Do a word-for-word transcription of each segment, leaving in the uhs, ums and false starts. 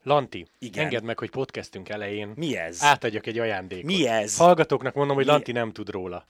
Lanti, Igen. engedd meg, hogy podcastünk elején Mi ez? átadjak egy ajándékot. Mi ez? Hallgatóknak mondom, hogy Mi? Lanti nem tud róla.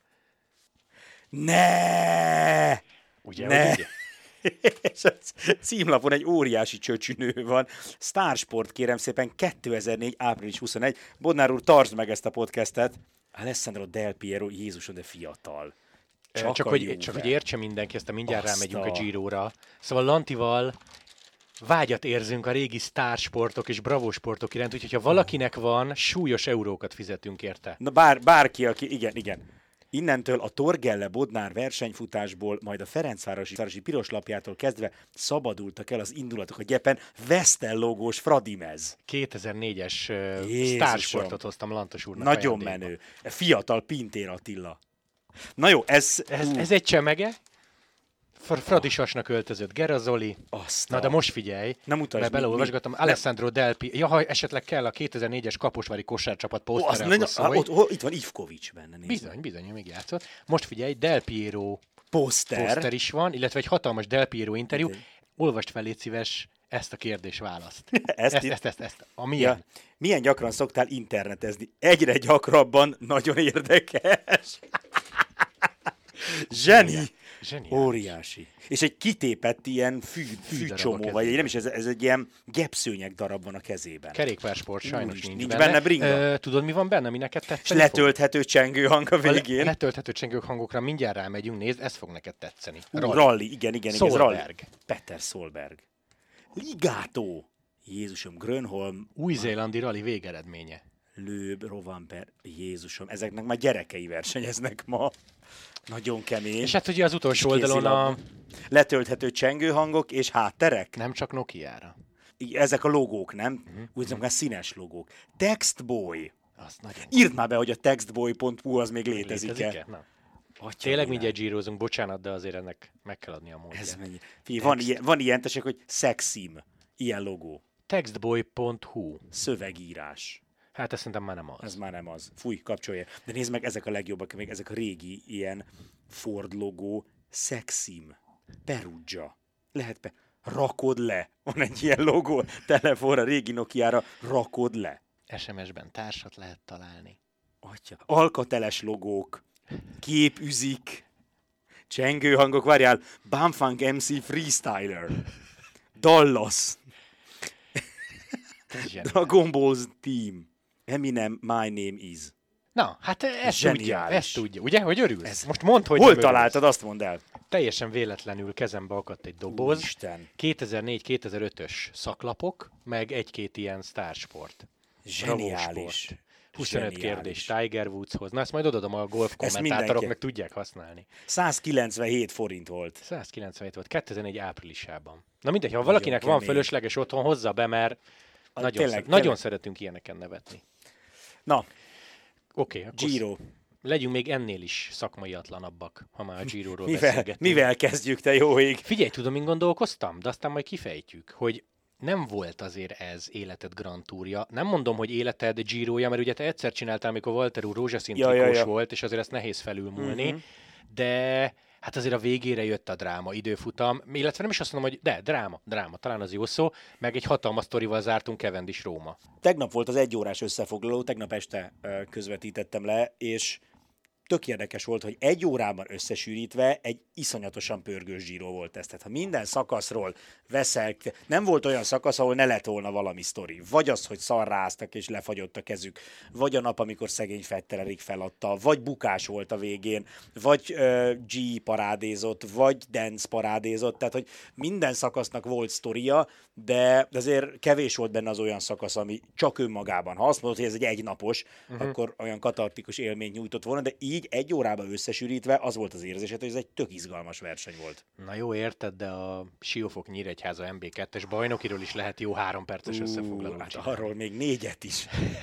Ne! Ugye, Ne! hogy ugye? És a címlapon egy óriási csöcsünő van. Starsport, kérem szépen, kétezer-négy. április huszonegy. Bodnár úr, tartsd meg ezt a podcastet. Alessandro Del Piero, Jézusom, de fiatal. Csak, csak, hogy, csak hogy értse mindenki, ezt a mindjárt Azt rámegyünk a- a Giróra. Szóval Lantival vágyat érzünk a régi sztársportok és bravósportok iránt, úgyhogy ha valakinek van, súlyos eurókat fizetünk érte. Na bár, bárki, aki, igen, igen. Innentől a Torgelle Bodnár versenyfutásból, majd a Ferencvárosi városi piros lapjától kezdve szabadultak el az indulatok a gyepen. Vestel logós Fradimez. kétezer-négyes uh, Jézusom. sztársportot hoztam Lantos úrnak Nagyon ajándékba. menő. Fiatal Pintér Attila. Na jó, ez... Ez, hú, ez egy csemege. Fr- Fradisasnak öltözött Gerazoli. azt Na a- de most figyelj, Nem mutasd, mert mi- beleolvasgatom. mi- Alessandro Del Piero. Ja, ha esetleg kell a kétezer-négyes Kaposvári kosárcsapat Ó, azt posztere, nagyon, akkor szólj. ott, ott, itt van Ivkovics benne, nézd. Bizony, bizony, ő még játszott. Most figyelj, Del Piero Poszter. poszter is van, illetve egy hatalmas Del Piero interjú. Igen. Olvasd fel, légy szíves, ezt a kérdés-választ. Ezt ezt, itt- ezt, ezt, ezt. A milyen? Ja. Milyen gyakran szoktál internetezni? Egyre gyakrabban, nagyon érdekes. Zseni! Zseniális. Óriási. És egy kitépett ilyen fű, fűcsomó, kezében. vagy egy, nem is, ez, ez egy ilyen gepszőnyeg darab van a kezében. Kerékpársport sajnos Úristen, nincs, nincs benne. benne bringa? Ö, tudod, mi van benne, ami neked És tetszeni fog? letölthető csengőhang a A le- végén. letölthető csengők hangokra mindjárt rámegyünk, nézd, ez fog neked tetszeni. Ú, Rally. rally, igen, igen, igen, ez rally. Solberg. Peter Solberg. Ligátó. Jézusom, Grönholm, Új-zélandi rally végeredménye. Lőb, Rovanper, Jézusom, ezeknek már gyerekei versenyeznek ma. Nagyon kemény. És hát ugye az utolsó oldalon a... Letölthető csengőhangok és hátterek. Nem csak Nokiára. I- Ezek a logók, nem? Mhm. Úgy uh-huh. színes logók. Textboy. Azt nagyon... Írd már be, hogy a textboy pont hu az még létezik-e. Létezik-e? Na. Atya Tényleg világ. mindjárt gyírozunk, bocsánat, de azért ennek meg kell adni a módját. Ez mennyi. Figyelj, van, ilyen, van ilyen tessék, hogy szexim. Ilyen logó. Textboy pont hu. Szövegírás. Hát ezt szerintem már nem az. Ez már nem az. Fúj, kapcsolja. De nézd meg, ezek a legjobbak, még ezek a régi ilyen Ford logó. Szexim. Perugia. Lehet be. Rakod le. Van egy ilyen logó telefonra, régi Nokiára. Rakod le. es em es-ben társat lehet találni. Atya. Alkateles logók. Képüzik. Csengőhangok, várjál. Bumfunk em cé Freestyler. Dallas. Ez zseniális. Dragon Balls Team. Eminem, My Name Is. Na, hát ezt tudja, Zseniális. ezt tudja. Ugye, hogy örülsz? Ez- Most mondd, hogy Hol nem örülsz. találtad, azt mondd el. Teljesen véletlenül kezembe akadt egy doboz. Úristen. kétezer-négy-kétezer-ötös szaklapok, meg egy-két ilyen sztársport. Zseniális. Sport. huszonöt Zseniális. kérdés Tiger Woodshoz. Na, ezt majd odadom a golf Ezt kommentátorok, mindenki- meg tudják használni. százkilencvenhét forint volt. százkilencvenhét volt, kétezer-négy áprilisában. Na mindegy, ha valakinek van kemény. fölösleges otthon, hozza be, mert Ah, nagyon, tényleg, szeret, tényleg. nagyon szeretünk ilyeneken nevetni. Na, Oké, okay, akkor Giro. legyünk még ennél is szakmaiatlanabbak, ha már a Giroról Mivel, beszélgetünk. mivel kezdjük, te jó ég? Figyelj, tudom, min gondolkoztam, de aztán majd kifejtjük, hogy nem volt azért ez életed Grand Tourja. Nem mondom, hogy életed Giroja, mert ugye te egyszer csináltál, amikor Walter úr rózsaszín Ja, ja, trikós ja. volt, és azért ezt nehéz felülmúlni, Mhm. de hát azért a végére jött a dráma, időfutam, illetve nem is azt mondom, hogy de, dráma, dráma, talán az jó szó, meg egy hatalmas sztorival zártunk Cavendish Róma. Tegnap volt az egyórás összefoglaló, tegnap este ö, közvetítettem le, és tök érdekes volt, hogy egy órában összesűrítve egy iszonyatosan pörgős Giro volt ez. Tehát ha minden szakaszról veszel, nem volt olyan szakasz, ahol ne lett volna valami sztori. Vagy az, hogy szarráztak és lefagyott a kezük, vagy a nap, amikor szegény Fettererik feladta, vagy bukás volt a végén, vagy ö, G parádézott, vagy Dance parádézott. Tehát, hogy minden szakasznak volt sztoria, de azért kevés volt benne az olyan szakasz, ami csak önmagában. Ha azt mondod, hogy ez egy egynapos, uh-huh. akkor olyan katartikus élményt nyújtott volna, de így egy órában összesűrítve az volt az érzésed, hogy ez egy tök izgalmas verseny volt. Na jó, érted, de a Siófok Nyíregyháza em bé kettes bajnokiról is lehet jó három perces összefoglalót hát csinálni. arról még négyet is.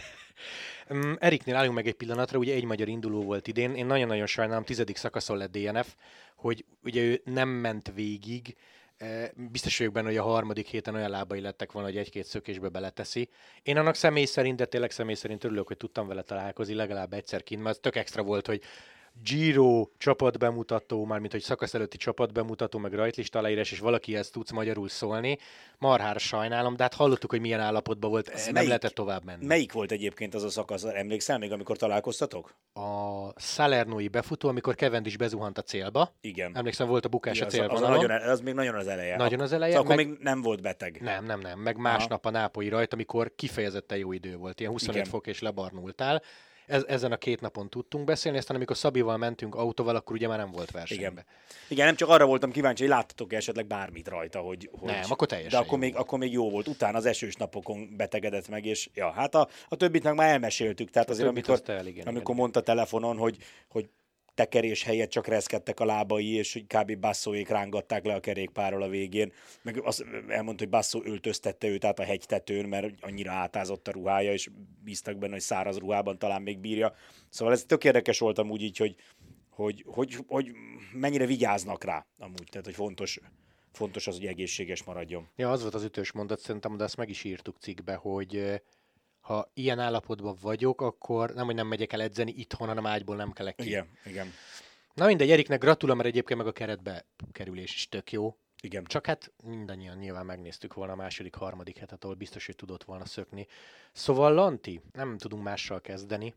Um, Eriknél álljunk meg egy pillanatra, ugye egy magyar induló volt idén, én nagyon-nagyon sajnálom, tizedik szakaszon lett dé en ef, hogy ugye ő nem ment végig, eh, biztos vagyok benne, hogy a harmadik héten olyan lábai lettek volna, hogy egy-két szökésbe beleteszi. Én annak személy szerint, de tényleg személy szerint örülök, hogy tudtam vele találkozni legalább egyszer kint, mert az tök extra volt, hogy Giro csapatbemutató, mármint hogy szakasz előtti csapatbemutató, meg rajtlista aláírás, és valakihez tudsz magyarul szólni. Marhára sajnálom, de hát hallottuk, hogy milyen állapotban volt, ez nem melyik, lehetett tovább menni. Melyik volt egyébként az a szakasz? Emlékszel még, amikor találkoztatok? A Salernói befutó, amikor Cavendish bezuhant a célba. Igen. Emlékszem, volt a bukás Igen, a célvonalon. Az, az, nagyon, az még nagyon az eleje. Nagyon az eleje. Szóval meg... akkor még nem volt beteg. Nem, nem, nem. Meg másnap a nápolyi rajt, amikor kifejezetten jó idő volt. Ilyen huszonöt Igen. fok és lebarnultál. Ez, ezen a két napon tudtunk beszélni, aztán amikor Szabival mentünk autóval, akkor ugye már nem volt versenyben. Igen. Igen, nem csak arra voltam kíváncsi, hogy láttatok esetleg bármit rajta, hogy... hogy... Nem, akkor teljesen De akkor még, akkor még jó volt. Utána az esős napokon betegedett meg, és ja, hát a, a többit meg már elmeséltük. Tehát a azért, amikor, el, igen, amikor igen. mondta telefonon, hogy, hogy tekerés helyett csak reszkedtek a lábai, és hogy kb. Basszóék rángatták le a kerékpárral a végén. Meg azt elmondta, hogy Basszó öltöztette őt át a hegytetőn, mert annyira átázott a ruhája, és bíztak benne, hogy száraz ruhában talán még bírja. Szóval ez tök érdekes volt amúgy így, hogy, hogy, hogy, hogy mennyire vigyáznak rá amúgy. Tehát, hogy fontos, fontos az, hogy egészséges maradjon. Ja, az volt az ütős mondat szerintem, de azt meg is írtuk cikkbe, hogy ha ilyen állapotban vagyok, akkor nem, hogy nem megyek el edzeni itthon, hanem ágyból nem kelek ki. Igen, igen. Na mindegy, Eriknek gratulálom, mert egyébként meg a keretbe kerülés is tök jó. Igen. Csak hát mindannyian nyilván megnéztük volna a második, harmadik hetet, ahol biztos, hogy tudott volna szökni. Szóval Lanti, nem tudunk mással kezdeni,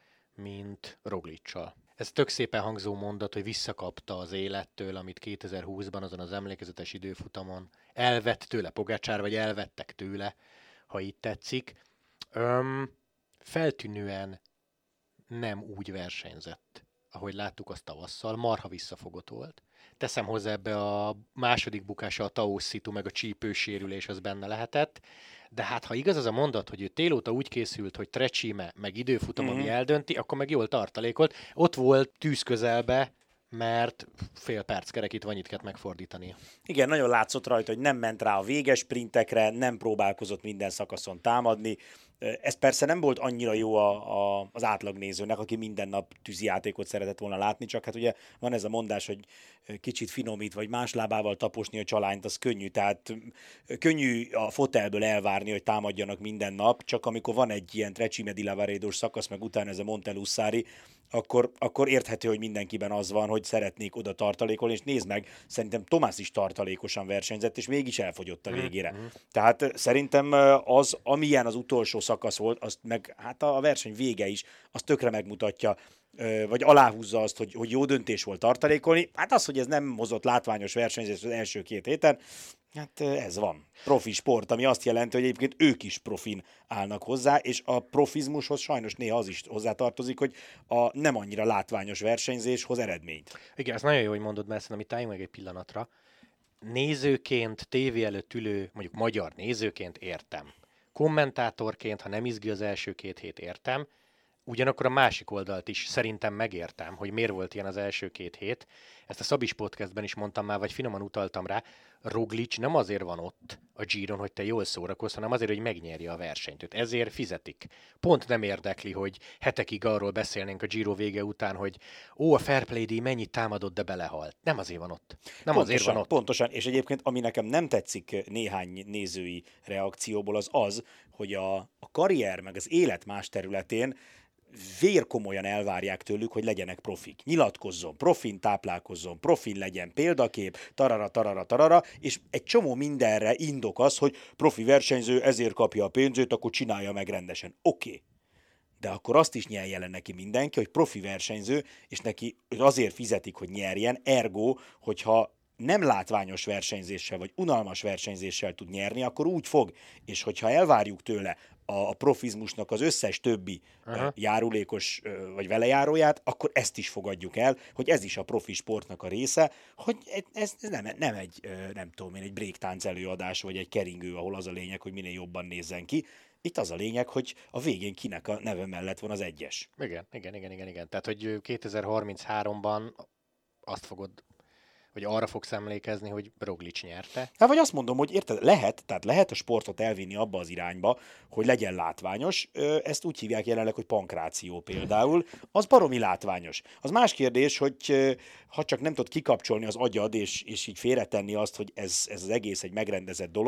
mint Rogličsal. Ez tök szépen hangzó mondat, hogy visszakapta az élettől, amit kétezer-húszban azon az emlékezetes időfutamon elvett tőle Pogačar, vagy elvettek tőle, ha így tetszik. Öm, feltűnően nem úgy versenyzett, ahogy láttuk azt tavasszal, marha visszafogott volt. Teszem hozzá, ebbe a második bukása a Taos-szitu, meg a csípősérülés az benne lehetett, de hát ha igaz az a mondat, hogy ő télóta úgy készült, hogy trecsíme, meg időfutam, mm-hmm. ami eldönti, akkor meg jól tartalékolt. Ott volt tűz közelbe, mert fél perc kerekítve annyit kellett megfordítani. Igen, nagyon látszott rajta, hogy nem ment rá a véges sprintekre, nem próbálkozott minden szakaszon támadni. Ez persze nem volt annyira jó a, a, az átlagnézőnek, aki minden nap tűzijátékot szeretett volna látni, csak hát ugye van ez a mondás, hogy kicsit finomít, vagy más lábával taposni a csalányt, az könnyű, tehát könnyű a fotelből elvárni, hogy támadjanak minden nap, csak amikor van egy ilyen Trecime di Lavaredo-s szakasz, meg utána ez a Montelussari, akkor, akkor érthető, hogy mindenkiben az van, hogy szeretnék oda tartalékolni, és nézd meg, szerintem Tomás is tartalékosan versenyzett, és mégis elfogyott a végére. Mm-hmm. Tehát szerintem az, amilyen az utolsó szakasz volt, azt meg hát a verseny vége is, az tökre megmutatja, vagy aláhúzza azt, hogy, hogy jó döntés volt tartalékolni. Hát az, hogy ez nem hozott látványos versenyzés az első két héten, hát ez van. Profi sport, ami azt jelenti, hogy egyébként ők is profin állnak hozzá, és a profizmushoz sajnos néha az is hozzátartozik, hogy a nem annyira látványos versenyzés hoz eredményt. Igen, ez nagyon jó, hogy mondod, mert szerintem itt álljunk meg egy pillanatra. Nézőként, tévé előtt ülő, mondjuk magyar nézőként értem. Kommentátorként, ha nem izgi az első két hét, értem. Ugyanakkor a másik oldalt is szerintem megértem, hogy miért volt ilyen az első két hét. Ezt a Szabis podcastben is mondtam már, vagy finoman utaltam rá. Roglič nem azért van ott a Giron, hogy te jól szórakozz, hanem azért, hogy megnyerje a versenyt. Őt ezért fizetik. Pont nem érdekli, hogy hetekig arról beszélnénk a Giro vége után, hogy ó, a Fairplay díj mennyit támadott, de belehalt. Nem azért van ott. Nem pontosan, azért van ott. Pontosan, és egyébként ami nekem nem tetszik néhány nézői reakcióból, az az, hogy a, a karrier meg az élet más területén vérkomolyan elvárják tőlük, hogy legyenek profik. Nyilatkozzon, profin táplálkozzon, profin legyen példakép, tarara, tarara, tarara, és egy csomó mindenre indok az, hogy profi versenyző ezért kapja a pénzét, akkor csinálja meg rendesen. Oké. Okay. De akkor azt is nyelje le neki mindenki, hogy profi versenyző, és neki azért fizetik, hogy nyerjen, ergo, hogyha nem látványos versenyzéssel, vagy unalmas versenyzéssel tud nyerni, akkor úgy fog. És hogyha elvárjuk tőle a profizmusnak az összes többi Aha. járulékos vagy velejáróját, akkor ezt is fogadjuk el, hogy ez is a profi sportnak a része, hogy ez, ez nem, nem egy, nem tudom én, egy breaktánc előadás, vagy egy keringő, ahol az a lényeg, hogy minél jobban nézzen ki. Itt az a lényeg, hogy a végén kinek a neve mellett van az egyes. Igen, igen, igen, igen, igen. Tehát, hogy kétezer-harminchárom-ban azt fogod hogy arra fogsz emlékezni, hogy Roglič nyerte. Hát vagy azt mondom, hogy érted, lehet, tehát lehet a sportot elvinni abba az irányba, hogy legyen látványos. Ezt úgy hívják jelenleg, hogy pankráció például. Az baromi látványos. Az más kérdés, hogy ha csak nem tudod kikapcsolni az agyad, és, és így félretenni azt, hogy ez, ez az egész egy megrendezett dolog,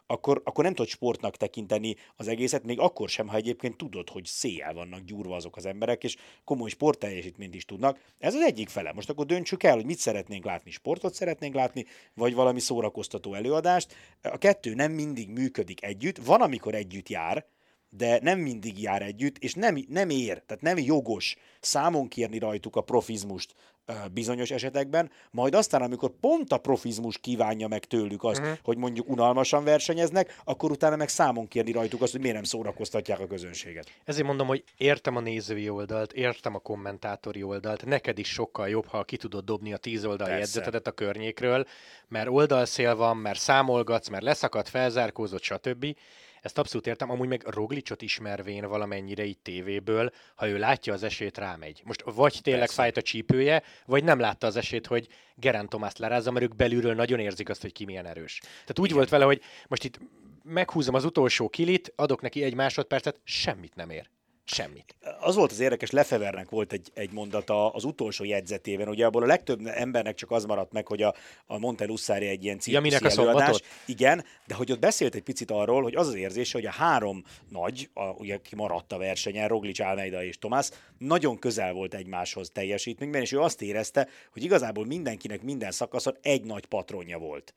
akkor, akkor nem tudod sportnak tekinteni az egészet, még akkor sem, ha egyébként tudod, hogy széjjel vannak gyúrva azok az emberek, és komoly sportteljesítményt is tudnak. Ez az egyik fele. Most akkor döntsük el, hogy mit szeretnénk látni. Sportot szeretnénk látni, vagy valami szórakoztató előadást. A kettő nem mindig működik együtt, van, amikor együtt jár, de nem mindig jár együtt, és nem, nem ér, tehát nem jogos számon kérni rajtuk a profizmust bizonyos esetekben, majd aztán, amikor pont a profizmus kívánja meg tőlük azt, uh-huh. hogy mondjuk unalmasan versenyeznek, akkor utána meg számon kérni rajtuk azt, hogy miért nem szórakoztatják a közönséget. Ezért mondom, hogy értem a nézői oldalt, értem a kommentátori oldalt, neked is sokkal jobb, ha ki tudod dobni a tíz oldali jegyzetedet a környékről, mert oldalszél van, mert számolgatsz, mert leszakadt, felzárkózott, stb. Ezt abszolút értem, amúgy meg Roglicot ismervén valamennyire így tévéből, ha ő látja az esélyt, rámegy. Most vagy tényleg Persze. fájt a csípője, vagy nem látta az esélyt, hogy Geraint Thomást lerázza, mert ők belülről nagyon érzik azt, hogy ki milyen erős. Tehát úgy Igen. volt vele, hogy most itt meghúzom az utolsó kilit, adok neki egy másodpercet, semmit nem ér. Semmit. Az volt az érdekes, Lefevernek volt egy, egy mondata az utolsó jegyzetében, ugye abból a legtöbb embernek csak az maradt meg, hogy a, a Montelussari egy ilyen cirkuszi ja, előadás. Igen, de hogy ott beszélt egy picit arról, hogy az az érzése, hogy a három nagy, a, ugye aki maradt a versenyen, Roglic, Almeida és Thomas, nagyon közel volt egymáshoz teljesítményben, és ő azt érezte, hogy igazából mindenkinek minden szakaszon egy nagy patronja volt.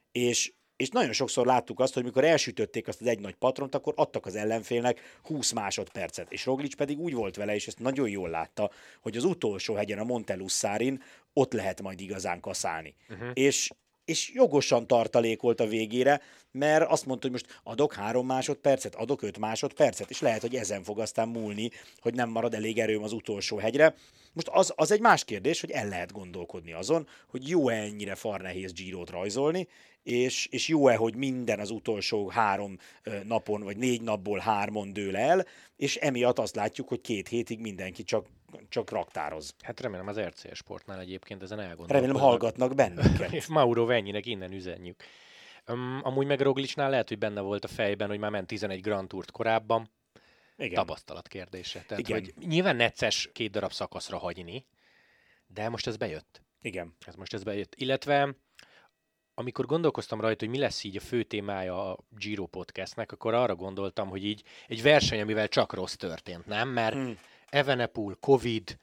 És És nagyon sokszor láttuk azt, hogy mikor elsütötték azt az egy nagy patront, akkor adtak az ellenfélnek húsz másodpercet. És Roglic pedig úgy volt vele, és ezt nagyon jól látta, hogy az utolsó hegyen, a Montelussarin ott lehet majd igazán kaszálni. Uh-huh. És, és jogosan tartalékolt a végére, mert azt mondta, hogy most adok három másodpercet, adok öt másodpercet, és lehet, hogy ezen fog aztán múlni, hogy nem marad elég erőm az utolsó hegyre. Most az, az egy más kérdés, hogy el lehet gondolkodni azon, hogy jó-e ennyire farnehéz Girót rajzolni, és, és jó-e, hogy minden az utolsó három napon, vagy négy napból hármon dől el, és emiatt azt látjuk, hogy két hétig mindenki csak, csak raktároz. Hát remélem az er cé es Sportnál egyébként ezen elgondolkodnak. Remélem hallgatnak bennünket. És Mauro Vennyinek innen üzenjük. Um, amúgy meg Roglicnál lehet, hogy benne volt a fejben, hogy már ment tizenegy Grand Tourt korábban. Igen. Tapasztalat kérdése. Tehát, Igen. hogy nyilván necces két darab szakaszra hagyni, de most ez bejött. Igen. Ez most ez bejött. Illetve amikor gondolkoztam rajta, hogy mi lesz így a fő témája a Giro podcastnek, akkor arra gondoltam, hogy így egy verseny, amivel csak rossz történt, nem? Mert hmm. Evenepoel, Covid,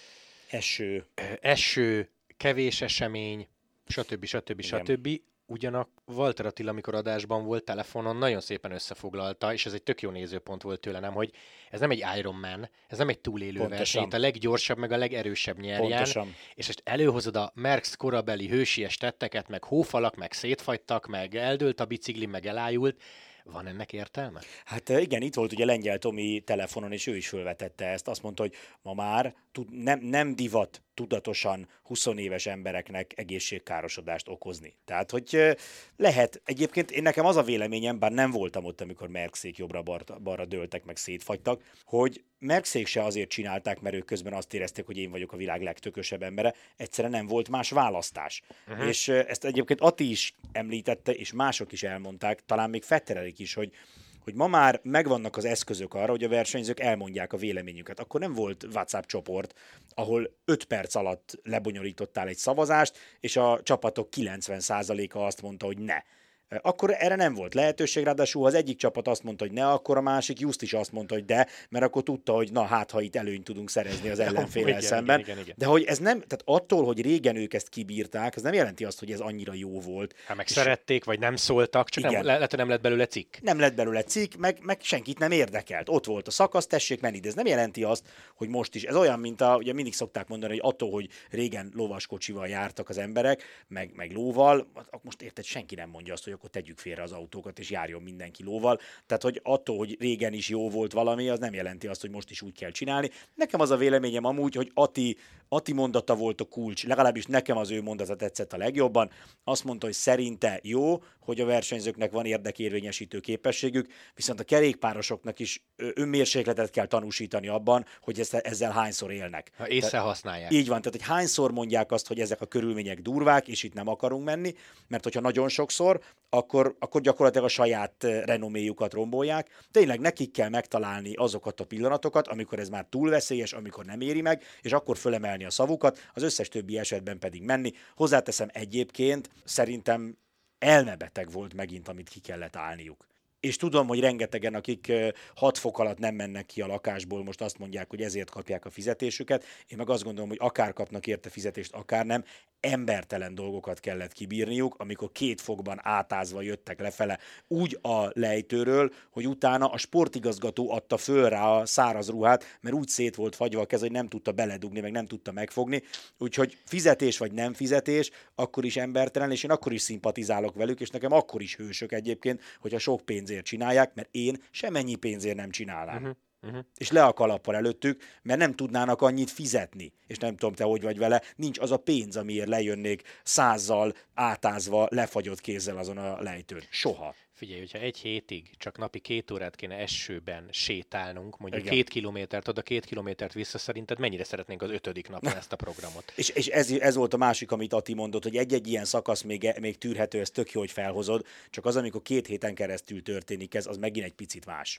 eső, eső, kevés esemény, stb. stb. Igen. stb. Ugyanak Walter Attila, amikor adásban volt telefonon, nagyon szépen összefoglalta, és ez egy tök jó nézőpont volt tőle, nem, hogy ez nem egy Ironman, ez nem egy túlélő Pontosan. verseny, a leggyorsabb, meg a legerősebb nyerjen, Pontosan. és most előhozod a Merckx korabeli hősies tetteket, meg hófalak, meg szétfagytak, meg eldőlt a bicikli, meg elájult. Van ennek értelme? Hát igen, itt volt ugye Lengyel Tomi telefonon, és ő is felvetette ezt. Azt mondta, hogy ma már tud, nem, nem divat tudatosan huszonéves embereknek egészségkárosodást okozni. Tehát, hogy lehet, egyébként én nekem az a véleményem, bár nem voltam ott, amikor Merckxék jobbra-balra dőltek, meg szétfagytak, hogy Merckxék se azért csinálták, mert ők közben azt érezték, hogy én vagyok a világ legtökösebb embere, egyszerűen nem volt más választás. Uh-huh. És ezt egyébként Ati is említette, és mások is elmondták, talán még Fetterelik is, hogy hogy ma már megvannak az eszközök arra, hogy a versenyzők elmondják a véleményüket. Akkor nem volt WhatsApp csoport, ahol öt perc alatt lebonyolítottál egy szavazást, és a csapatok kilencven százaléka azt mondta, hogy ne. Akkor erre nem volt lehetőség, ráadásul az egyik csapat azt mondta, hogy ne, akkor a másik just is azt mondta, hogy de, mert akkor tudta, hogy na hát, ha itt előnyt tudunk szerezni az ellenféllel szemben. Igen, igen, igen. De hogy ez nem, tehát attól, hogy régen ők ezt kibírták, ez nem jelenti azt, hogy ez annyira jó volt. Hát meg és szerették, vagy nem szóltak, csak nem, lehet, hogy nem lett belőle cikk. Nem lett belőle cikk, meg, meg senkit nem érdekelt. Ott volt a szakasz, tessék menni, de ez nem jelenti azt, hogy most is. Ez olyan, mint a, ugye mindig szokták mondani, hogy attól, hogy régen lovaskocsival jártak az emberek, meg, meg lóval, most érted, senki nem mondja azt, hogy akkor tegyük félre az autókat, és járjon mindenki lóval. Tehát, hogy attól, hogy régen is jó volt valami, az nem jelenti azt, hogy most is úgy kell csinálni. Nekem az a véleményem amúgy, hogy Ati, Ati mondata volt a kulcs, legalábbis nekem az ő mondata tetszett a legjobban. Azt mondta, hogy szerinte jó, hogy a versenyzőknek van érdekérvényesítő képességük, viszont a kerékpárosoknak is önmérsékletet kell tanúsítani abban, hogy ezzel, ezzel hányszor élnek. Ha észre használják. Így van, tehát hogy hányszor mondják azt, hogy ezek a körülmények durvák, és itt nem akarunk menni, mert hogyha nagyon sokszor, akkor, akkor gyakorlatilag a saját renoméjukat rombolják. Tényleg nekik kell megtalálni azokat a pillanatokat, amikor ez már túl veszélyes, amikor nem éri meg, és akkor fölemelni a szavukat, az összes többi esetben pedig menni. Hozzáteszem egyébként, szerintem elmebeteg volt megint, amit ki kellett állniuk. És tudom, hogy rengetegen, akik hat fok alatt nem mennek ki a lakásból, most azt mondják, hogy ezért kapják a fizetésüket. Én meg azt gondolom, hogy akár kapnak érte fizetést, akár nem, embertelen dolgokat kellett kibírniuk, amikor két fokban átázva jöttek lefele úgy a lejtőről, hogy utána a sportigazgató adta föl rá a száraz ruhát, mert úgy szét volt fagyva a kez, hogy nem tudta beledugni, meg nem tudta megfogni. Úgyhogy fizetés vagy nem fizetés, akkor is embertelen, és én akkor is szimpatizálok velük, és nekem akkor is hősök egyébként, hogyha sok pénzért csinálják, mert én semennyi pénzért nem csinálnám. Uh-huh. Uh-huh. És le a kalappal előttük, mert nem tudnának annyit fizetni. És nem tudom, te hogy vagy vele, nincs az a pénz, amiért lejönnék százzal, átázva, lefagyott kézzel azon a lejtőn. Soha. Figyelj, hogyha egy hétig csak napi két órát kéne esőben sétálnunk, mondjuk Igen. két kilométert oda, két kilométert vissza, szerinted mennyire szeretnénk az ötödik napon ezt a programot? és és ez, ez volt a másik, amit Ati mondott, hogy egy-egy ilyen szakasz még, még tűrhető, ez tök jó, hogy felhozod, csak az, amikor két héten keresztül történik ez, az megint egy picit más.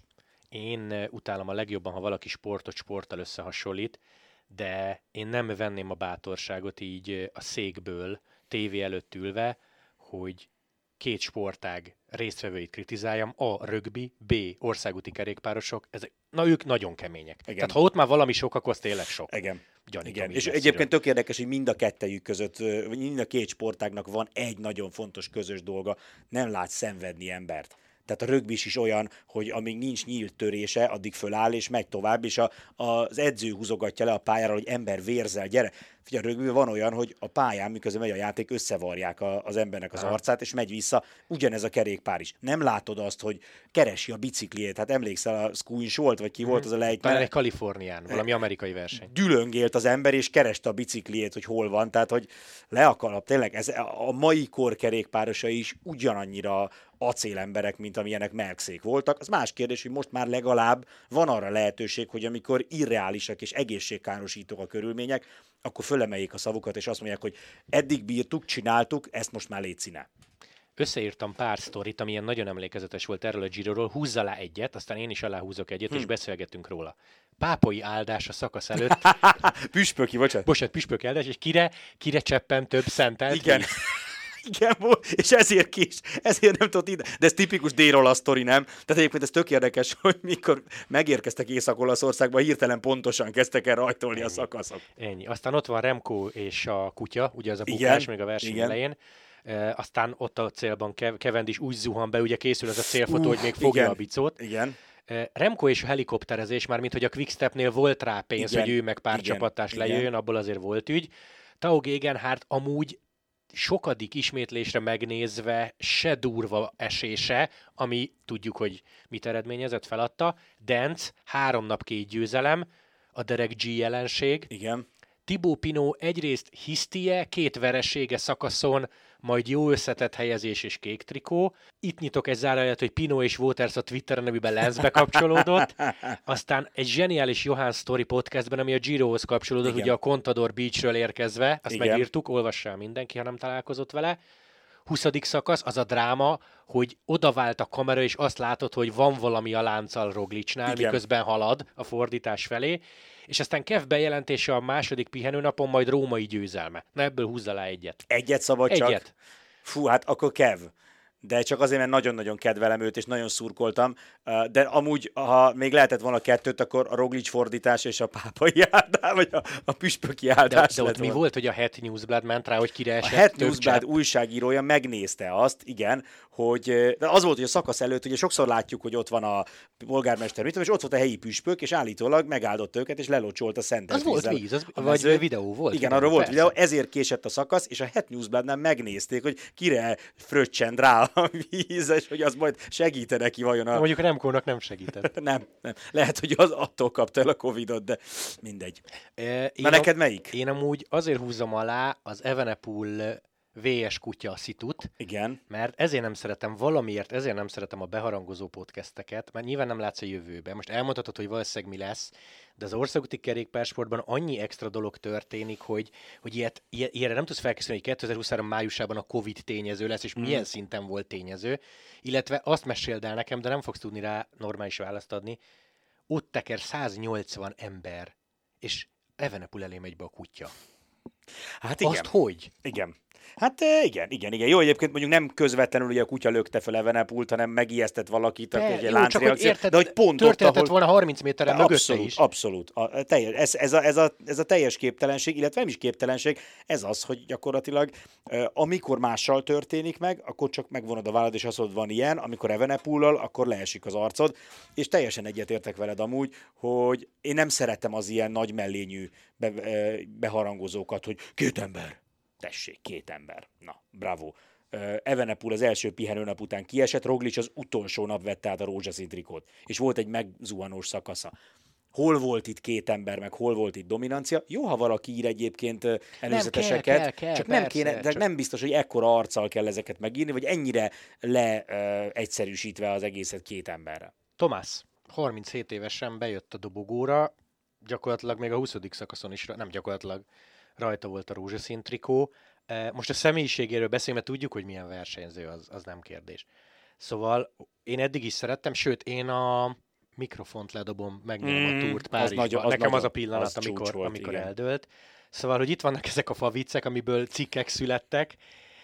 Én utálom a legjobban, ha valaki sportot sporttal összehasonlít, de én nem venném a bátorságot így a székből, tévé előtt ülve, hogy két sportág résztvevőit kritizáljam, A. rögbi, B. országúti kerékpárosok, ezek, na ők nagyon kemények. Igen. Tehát ha ott már valami sok, akkor az tényleg sok. Igen. Gyanítom, Igen. És messziről. egyébként tök érdekes, hogy mind a kettejük között, mind a két sportágnak van egy nagyon fontos közös dolga, nem látsz szenvedni embert. Tehát a rögbis is olyan, hogy amíg nincs nyílt törése, addig föláll és megy tovább, és a, az edző húzogatja le a pályára, hogy ember vérzel, gyere. Figyelj, a rögbiben van olyan, hogy a pályán, miközben megy a játék, összevarják a, az embernek az arcát, és megy vissza. Ugyanez a kerékpár is. Nem látod azt, hogy keresi a bicikliét. Hát emlékszel, a Squinch volt, vagy ki mm-hmm. volt az a lejtő? Talán egy Kalifornián, valami amerikai verseny. Dülöngélt az ember, és kereste a bicikliét, hogy hol van. Tehát, hogy le a kalap. Tényleg, ez, a mai kor kerékpárosai is ugyanannyira acélemberek, mint amilyenek Merckxék voltak. Az más kérdés, hogy most már legalább van arra lehetőség, hogy amikor irreálisak és egészségkárosítók a körülmények, akkor fölemeljék a szavukat, és azt mondják, hogy eddig bírtuk, csináltuk, ezt most már légy színe. Összeírtam pár sztorit, ami ilyen nagyon emlékezetes volt erről a Giroról, húzz alá egyet, aztán én is aláhúzok egyet, hm. és beszélgetünk róla. Pápai áldás a szakasz előtt. Püspöki, bocsánat. Bocsánat, püspöki áldás, és kire, kire cseppen több szentelt? Igen. Igen, és ezért kis, ezért nem tudott ide. De ez tipikus dél-olasz sztori, nem? Tehát egyébként ez tök érdekes, hogy mikor megérkeztek Észak-Olaszországba, hirtelen pontosan kezdtek el rajtolni Ennyi. a szakaszok. Ennyi. Aztán ott van Remco és a kutya, ugye az a bukás igen, még a verseny igen. elején. E, aztán ott a célban Cavendish úgy zuhan be, ugye készül az a célfotó, uh, hogy még fogja igen, a bicót. Igen. Remco és a helikopterezés, már mint hogy a Quickstepnél volt rá pénz, igen, hogy ő meg pár igen, csapattárs igen. lejöjjön, abból azért volt ügy. Tao Gegenhardt amúgy sokadik ismétlésre megnézve se durva esése, ami tudjuk, hogy mit eredményezett, feladta. Dance, három nap két győzelem, a Derek G jelenség. Igen. Thibaut Pinot egyrészt hisztie, két veresége szakaszon, majd jó összetett helyezés és kék trikó. Itt nyitok egy zárójelet, hogy Pinot és Waters a Twitteren, amiben Lensbe kapcsolódott. Aztán egy zseniális Johan Story podcastben, ami a Girohoz kapcsolódott, igen. ugye a Contador Beachről érkezve, azt igen. megírtuk, olvassa mindenki, ha nem találkozott vele. huszadik szakasz, az a dráma, hogy odavált a kamera, és azt látod, hogy van valami a lánccal Roglicnál, igen. miközben halad a fordítás felé, és aztán Kev bejelentése a második pihenőnapon, majd római győzelme. Na ebből húzz alá egyet. Egyet szabad egyet. csak? Fú, hát akkor Kev. De csak azért, mert nagyon-nagyon kedvelem őt, és nagyon szurkoltam. De amúgy, ha még lehetett volna kettőt, akkor a Roglic fordítás és a pápai áldás, vagy a, a püspöki áldás. De, de ott mi volt, hogy a Het Newsblad ment rá, hogy kire esett? A Het Newsblad újságírója megnézte azt, igen, hogy de az volt, hogy a szakasz előtt, ugye sokszor látjuk, hogy ott van a polgármester, és ott volt a helyi püspök, és állítólag megáldott őket, és lelocsolt a szentelt vízzel. Az volt víz, az, vagy mező. videó volt. Igen, arról volt videó, ezért késett a szakasz, és a Het Newsbladnál megnézték, hogy kire fröccsend rá a víz, és hogy az majd segítene neki vajon a... Mondjuk Remkónak nem segített. nem, nem. Lehet, hogy az attól kapta el a Covidot, de mindegy. E, Na neked melyik? Én amúgy azért húzom alá az Evenepoel vé es kutya szitut, igen. mert ezért nem szeretem valamiért, ezért nem szeretem a beharangozó podcasteket, mert nyilván nem látsz a jövőbe. Most elmondhatod, hogy valószínűleg mi lesz, de az országúti kerékpársportban annyi extra dolog történik, hogy, hogy ilyet, ilyenre nem tudsz felkészülni, hogy kétezer-huszonhárom májusában a Covid tényező lesz, és mm. milyen szinten volt tényező, illetve azt meséld el nekem, de nem fogsz tudni rá normális választ adni, ott teker száznyolcvan ember, és Evenepoel elé megy be a kutya. Hát igen. Azt hogy? Igen. Hát igen, igen, igen. Jó, egyébként mondjuk nem közvetlenül ugye a kutya lökte fel Evenepoelt, hanem megijesztett valakit, De, egy jó, láncreakció, csak, érted, de hogy pont ott, ahol... volna harminc méterre mögötte Abszolút, is. abszolút. A, teljes, ez, ez, a, ez, a, ez a teljes képtelenség, illetve nem is képtelenség, ez az, hogy gyakorlatilag amikor mással történik meg, akkor csak megvonod a vállad, és azt mondod, van ilyen, amikor Evenepoellal, akkor leesik az arcod, és teljesen egyetértek veled amúgy, hogy én nem szeretem az ilyen nagy mellényű be, beharangozókat, hogy két ember. Tessék, két ember. Na, bravo. Uh, Evenepoel az első pihenőnap után kiesett, Roglic az utolsó nap vette át a rózsaszín trikót, és volt egy megzuhanós szakasza. Hol volt itt két ember, meg hol volt itt dominancia? Jó, ha valaki ír egyébként előzeteseket, nem kell, kell, kell, csak persze, nem kéne, de csak... nem biztos, hogy ekkora arccal kell ezeket megírni, vagy ennyire leegyszerűsítve uh, az egészet két emberre. Tomás, harminchét évesen bejött a dobogóra, gyakorlatilag még a huszadik szakaszon is, nem gyakorlatilag rajta volt a rózsaszín trikó. Most a személyiségéről beszélünk, mert tudjuk, hogy milyen versenyző, az, az nem kérdés. Szóval én eddig is szerettem, sőt, én a mikrofont ledobom, megnyomom mm, a túrt Párizsba. Az nagyon, az Nekem nagyon, az a pillanat, az amikor, volt, amikor eldőlt. Szóval, hogy itt vannak ezek a faviccek, amiből cikkek születtek,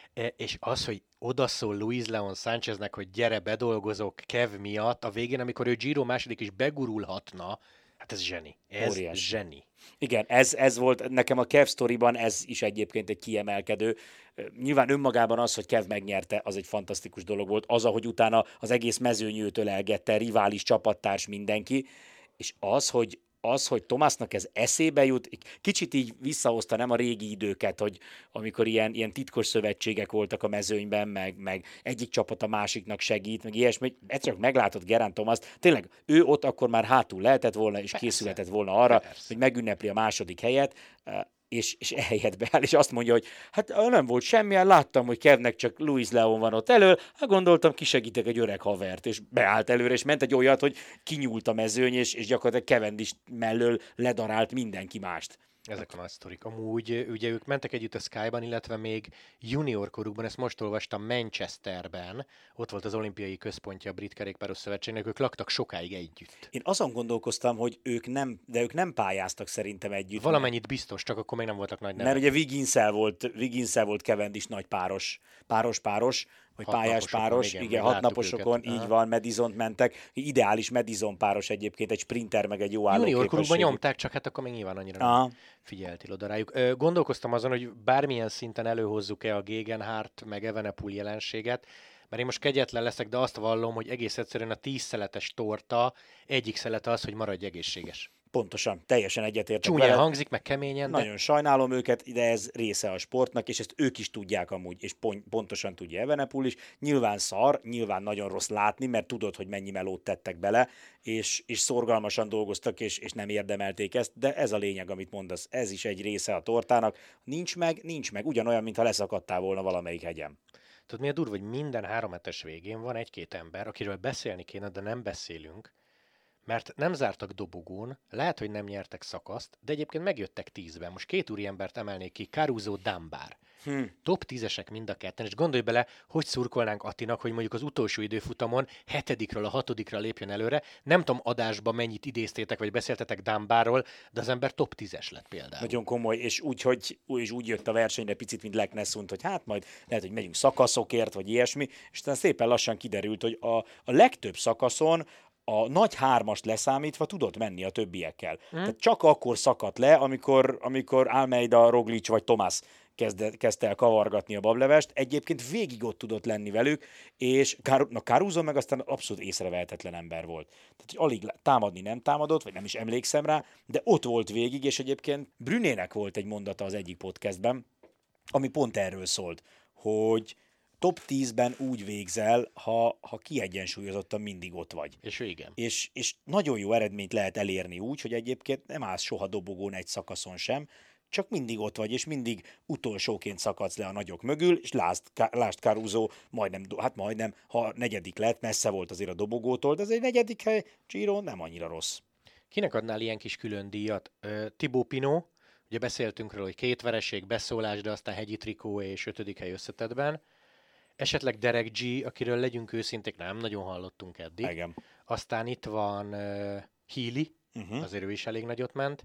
és az, hogy odaszól Luis Leon Sáncheznek, hogy gyere, bedolgozok Kev miatt, a végén, amikor ő Giro második is begurulhatna, hát ez zseni. Ez Óriás. zseni. Igen, ez, ez volt nekem a Kev sztoriban, ez is egyébként egy kiemelkedő. Nyilván önmagában az, hogy Kev megnyerte, az egy fantasztikus dolog volt. Az, ahogy utána az egész mezőnyőtől elgette, rivális, csapattárs, mindenki. És az, hogy az, hogy Thomasnak ez eszébe jut, kicsit így visszahozta nem a régi időket, hogy amikor ilyen, ilyen titkos szövetségek voltak a mezőnyben, meg, meg egyik csapat a másiknak segít, meg ilyesmi. Egyszer csak meglátod Geraint Thomas-t, tényleg ő ott akkor már hátul lehetett volna, és Persze. készülhetett volna arra, Persze. hogy megünnepli a második helyet, és, és ehelyett beáll, és azt mondja, hogy hát nem volt semmilyen, láttam, hogy Kevnek csak Luis Leon van ott elől, hát gondoltam, kisegítek egy öreg havert, és beállt előre, és ment egy olyat, hogy kinyúlt a mezőny, és, és gyakorlatilag Cavendish mellől ledarált mindenki mást. Ezek a nagy sztorik. Amúgy ugye ők mentek együtt a Sky-ban, illetve még junior korukban, ezt most olvastam Manchesterben, ott volt az olimpiai központja a Brit Kerékpáros Szövetségnek, ők laktak sokáig együtt. Én azon gondolkoztam, hogy ők nem, de ők nem pályáztak szerintem együtt. Valamennyit biztos, csak akkor még nem voltak nagy nevek. Mert ugye Wigginszel volt, Wigginszel volt Cavendish nagy páros, páros-páros, vagy hat pályás páros, igen, igen hat naposokon, őket. Így van, Madisont mentek, ideális Madison páros egyébként, egy sprinter, meg egy jó állóképességű. Junior korukban nyomták, csak hát akkor még nyilván annyira Aha. nem figyeltél oda rájuk. Gondolkoztam azon, hogy bármilyen szinten előhozzuk-e a Gegenhardt, meg Evenepoel jelenséget, mert én most kegyetlen leszek, de azt vallom, hogy egész egyszerűen a tíz szeletes torta egyik szelete az, hogy maradj egészséges. Pontosan, teljesen egyetértek Csúnyán vele. Hangzik, meg keményen. De... Nagyon sajnálom őket, de ez része a sportnak, és ezt ők is tudják amúgy, és pont, pontosan tudja Evenepoel is. Nyilván szar, nyilván nagyon rossz látni, mert tudod, hogy mennyi melót tettek bele, és, és szorgalmasan dolgoztak, és, és nem érdemelték ezt, de ez a lényeg, amit mondasz, ez is egy része a tortának. Nincs meg, nincs meg, ugyanolyan, mintha leszakadtál volna valamelyik hegyen. Tudod, mi a durva, hogy minden három hetes végén van egy-két ember, akiről beszélni kéne, de nem beszélünk, mert nem zártak dobogón, lehet, hogy nem nyertek szakaszt, de egyébként megjöttek tízben. Most két úriembert emelnék ki, Caruso, Dunbar. Hmm. Top tízesek mind a ketten, és gondolj bele, hogy szurkolnánk Attinak, hogy mondjuk az utolsó időfutamon hetedikről a hatodikra lépjen előre. Nem tudom adásban mennyit idéztétek, vagy beszéltetek Dunbarról, de az ember top tízes lett például. Nagyon komoly, és úgy, hogy és úgy jött a versenyre picit, mint Lech Nessund, hogy hát majd lehet, hogy megyünk szakaszokért, vagy ilyesmi, és aztán szépen lassan kiderült, hogy a, a legtöbb szakaszon a nagy hármast leszámítva tudott menni a többiekkel. Hmm. Tehát csak akkor szakadt le, amikor, amikor Almeida, Roglic vagy Thomas kezdte, kezdte el kavargatni a bablevest. Egyébként végig ott tudott lenni velük, és Car- na, Caruso meg aztán abszolút észrevehetetlen ember volt. Tehát, hogy alig támadni nem támadott, vagy nem is emlékszem rá, de ott volt végig, és egyébként Brunének volt egy mondata az egyik podcastben, ami pont erről szólt, hogy top tízben úgy végzel, ha, ha kiegyensúlyozottan mindig ott vagy. És igen. És, és nagyon jó eredményt lehet elérni úgy, hogy egyébként nem állsz soha dobogón egy szakaszon sem, csak mindig ott vagy, és mindig utolsóként szakadsz le a nagyok mögül, és lásd, lásd Caruso, majdnem, hát majdnem, ha negyedik lett, messze volt azért a dobogótól, de ez egy negyedik hely, Giro nem annyira rossz. Kinek adnál ilyen kis külön díjat? Thibaut Pinot, ugye beszéltünk róla, hogy két vereség, beszólás, de aztán hegyi trikó és ötödik hely összetettben. Esetleg Derek G, akiről legyünk őszinték, nem nagyon hallottunk eddig. Igen. Aztán itt van uh, Healy, uh-huh. azért ő is elég nagyot ment.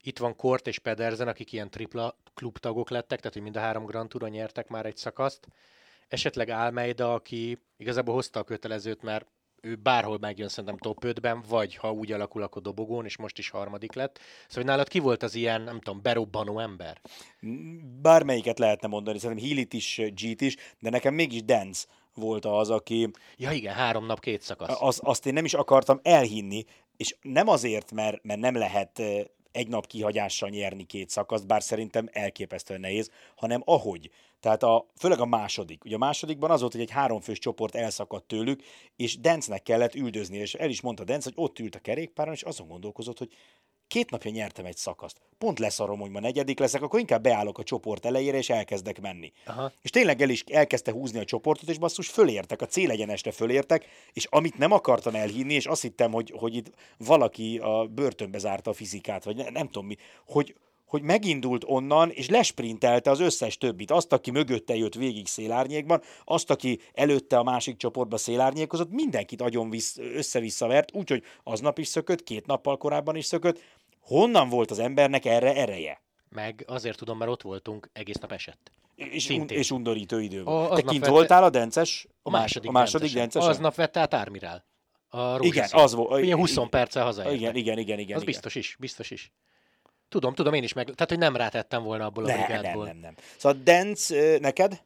Itt van Kort és Pedersen, akik ilyen tripla klubtagok lettek, tehát hogy mind a három Grand Touron nyertek már egy szakaszt. Esetleg Almeida, aki igazából hozta a kötelezőt, mert ő bárhol megjön szerintem top ötben, vagy ha úgy alakul, akkor dobogón, és most is harmadik lett. Szóval nálad ki volt az ilyen, nem tudom, berobbanó ember? Bármelyiket lehetne mondani, szerintem Healyt is, G-t is, de nekem mégis Dance volt az, aki... Ja igen, három nap, két szakasz. Az, azt én nem is akartam elhinni, és nem azért, mert, mert nem lehet egy nap kihagyással nyerni két szakaszt, bár szerintem elképesztően nehéz, hanem ahogy. Tehát a, főleg a második. Ugye a másodikban az volt, hogy egy háromfős csoport elszakadt tőlük, és Dance-nek kellett üldözni, és el is mondta Dance, hogy ott ült a kerékpáron, és azon gondolkozott, hogy két napja nyertem egy szakaszt. Pont leszarom, hogy ma negyedik leszek, akkor inkább beállok a csoport elejére, és elkezdek menni. Aha. És tényleg el is elkezdte húzni a csoportot, és basszus, fölértek, a célegyenesre fölértek, és amit nem akartam elhinni, és azt hittem, hogy, hogy itt valaki a börtönbe zárta a fizikát, vagy ne, nem tudom mi, hogy, hogy megindult onnan, és lesprintelte az összes többit. Azt, aki mögötte jött végig szélárnyékban, azt, aki előtte a másik csoportba szélárnyékozott, mindenkit agyon visz, össze-vissza vert, úgyhogy aznap is szökött, két nappal korábban is szökött. Honnan volt az embernek erre ereje? Meg azért tudom, mert ott voltunk, egész nap esett. És, un, és undorító idő A- volt. Te aznap kint vette- voltál a Dences? A második, a második Dencesen. Dencesen? Aznap vette át Ármirál. A Igen, rózsaszín. az volt. Ilyen húsz perccel hazaértek. Igen, igen, igen, igen. Az igen. biztos is, biztos is. Tudom, tudom, én is meg... Tehát, hogy nem rátettem volna abból a Nem, nem, brigádból. nem, nem. Szóval Dance ö, neked?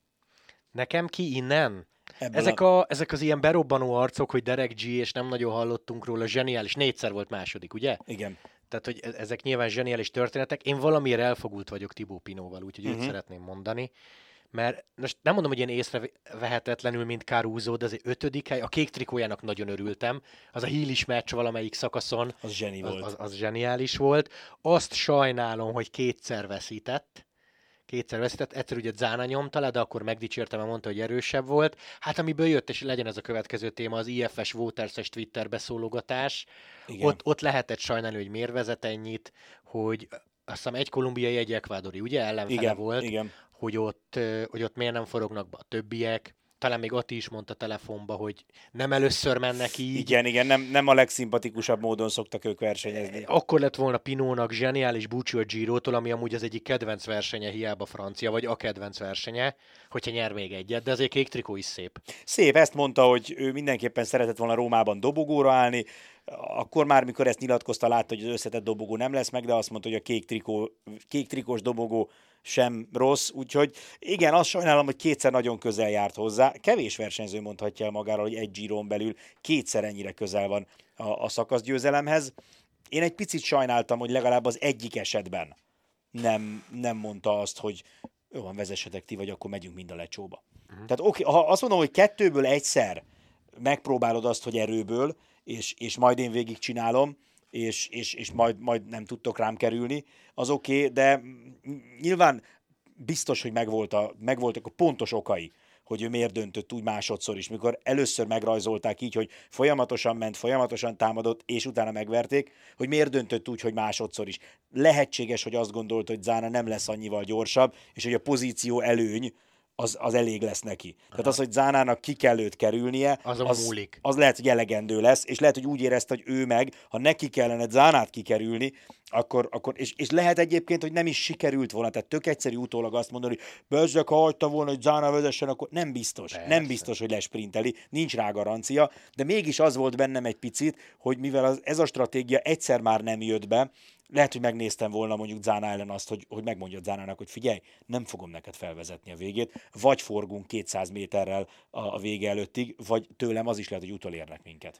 Nekem ki innen? Ebből Ezek, a, ezek az ilyen berobbanó arcok, hogy Derek G, és nem nagyon hallottunk róla, zseniális, négyszer volt második, ugye? Igen. Tehát, hogy e- ezek nyilván zseniális történetek. Én valamiért elfogult vagyok Thibaut Pinotval, úgyhogy uh-huh. őt szeretném mondani. Mert most nem mondom, hogy ilyen észrevehetetlenül, mint Caruso, de az egy ötödik hely. A kék trikójának nagyon örültem. Az a Healy-s meccs valamelyik szakaszon. Az zseni Az, volt. az, az zseniális volt. Azt sajnálom, hogy kétszer veszített. Kétszer veszített. Egyszer ugye Zána nyomta le, de akkor megdicsértem, mert mondta, hogy erősebb volt. Hát amiből jött, és legyen ez a következő téma, az i ef es Waters-es Twitter beszólogatás. Ott, ott lehetett sajnálni, hogy miért vezet ennyit, hogy azt hiszem egy kolumbiai, egy ekvádori, ugye ellenfele Igen, volt, igen. hogy ott, ö, hogy ott miért nem forognak be a többiek. Talán még Ati is mondta telefonba, hogy nem először mennek így. Igen, igen, nem, nem a legszimpatikusabb módon szoktak ők versenyezni. Akkor lett volna Pinónak zseniális búcsú a Girótól, ami amúgy az egyik kedvenc versenye, hiába francia, vagy a kedvenc versenye, hogyha nyer még egyet, de azért kék trikó is szép. Szép, ezt mondta, hogy ő mindenképpen szeretett volna Rómában dobogóra állni, akkor már, mikor ezt nyilatkozta, látta, hogy az összetett dobogó nem lesz meg, de azt mondta, hogy a kék, trikó, kék trikós dobogó sem rossz, úgyhogy igen, azt sajnálom, hogy kétszer nagyon közel járt hozzá. Kevés versenyző mondhatja el magáról, hogy egy Giron belül kétszer ennyire közel van a, a szakaszgyőzelemhez. Én egy picit sajnáltam, hogy legalább az egyik esetben nem, nem mondta azt, hogy jó van, vezessetek ti, vagy akkor megyünk mind a lecsóba. Uh-huh. Tehát oké, ha azt mondom, hogy kettőből egyszer megpróbálod azt, hogy erőből, és, és majd én végigcsinálom, és, és, és majd, majd nem tudtok rám kerülni, az oké, okay, de nyilván biztos, hogy megvolt a, megvoltak a pontos okai, hogy ő miért döntött úgy másodszor is, mikor először megrajzolták így, hogy folyamatosan ment, folyamatosan támadott, és utána megverték, hogy miért döntött úgy, hogy másodszor is. Lehetséges, hogy azt gondolt, hogy Zána nem lesz annyival gyorsabb, és hogy a pozíció előny az, az elég lesz neki. Aha. Tehát az, hogy Zánának ki kell őt kerülnie, Azon az, múlik. az lehet, hogy elegendő lesz, és lehet, hogy úgy érezte, hogy ő meg, ha neki kellene Zánát kikerülni, akkor, akkor és, és lehet egyébként, hogy nem is sikerült volna, tehát tök egyszerű utólag azt mondani, hogy bezzek, ha hagyta volna, hogy Zána vezessen, akkor nem biztos. Persze. Nem biztos, hogy lesprinteli, nincs rá garancia, de mégis az volt bennem egy picit, hogy mivel az, ez a stratégia egyszer már nem jött be, lehet, hogy megnéztem volna mondjuk Zána ellen azt, hogy, hogy megmondja Zánának, hogy figyelj, nem fogom neked felvezetni a végét, vagy forgunk kétszáz méterrel a, a vége előttig, vagy tőlem az is lehet, hogy utolérnek minket.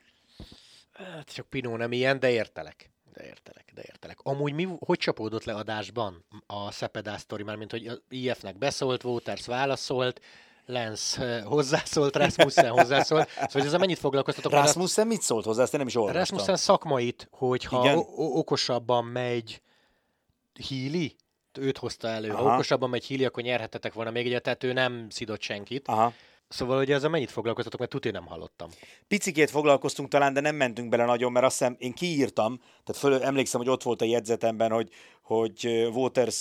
Hát csak Pinó nem ilyen, de értelek. De értelek, de értelek. Amúgy mi, hogy csapódott le adásban a Szepedá sztori, mármint hogy az i ef-nek beszólt, Waters válaszolt, Lance hozzászólt, Rasmussen hozzászólt. Szóval ez a mennyit foglalkoztatok? Rasmussen mit szólt hozzá? Ezt én nem is olvastam. Rasmussen szakmait, hogyha o- okosabban megy Healy, őt hozta elő. Aha. Ha okosabban megy Healy, akkor nyerhetetek volna még egyet, tehát ő nem szidott senkit. Aha. Szóval ugye ez a mennyit foglalkoztatok, mert tuti nem hallottam. Picikét foglalkoztunk talán, de nem mentünk bele nagyon, mert azt hiszem én kiírtam, tehát föl, emlékszem, hogy ott volt a jegyzetemben, hogy, hogy Waters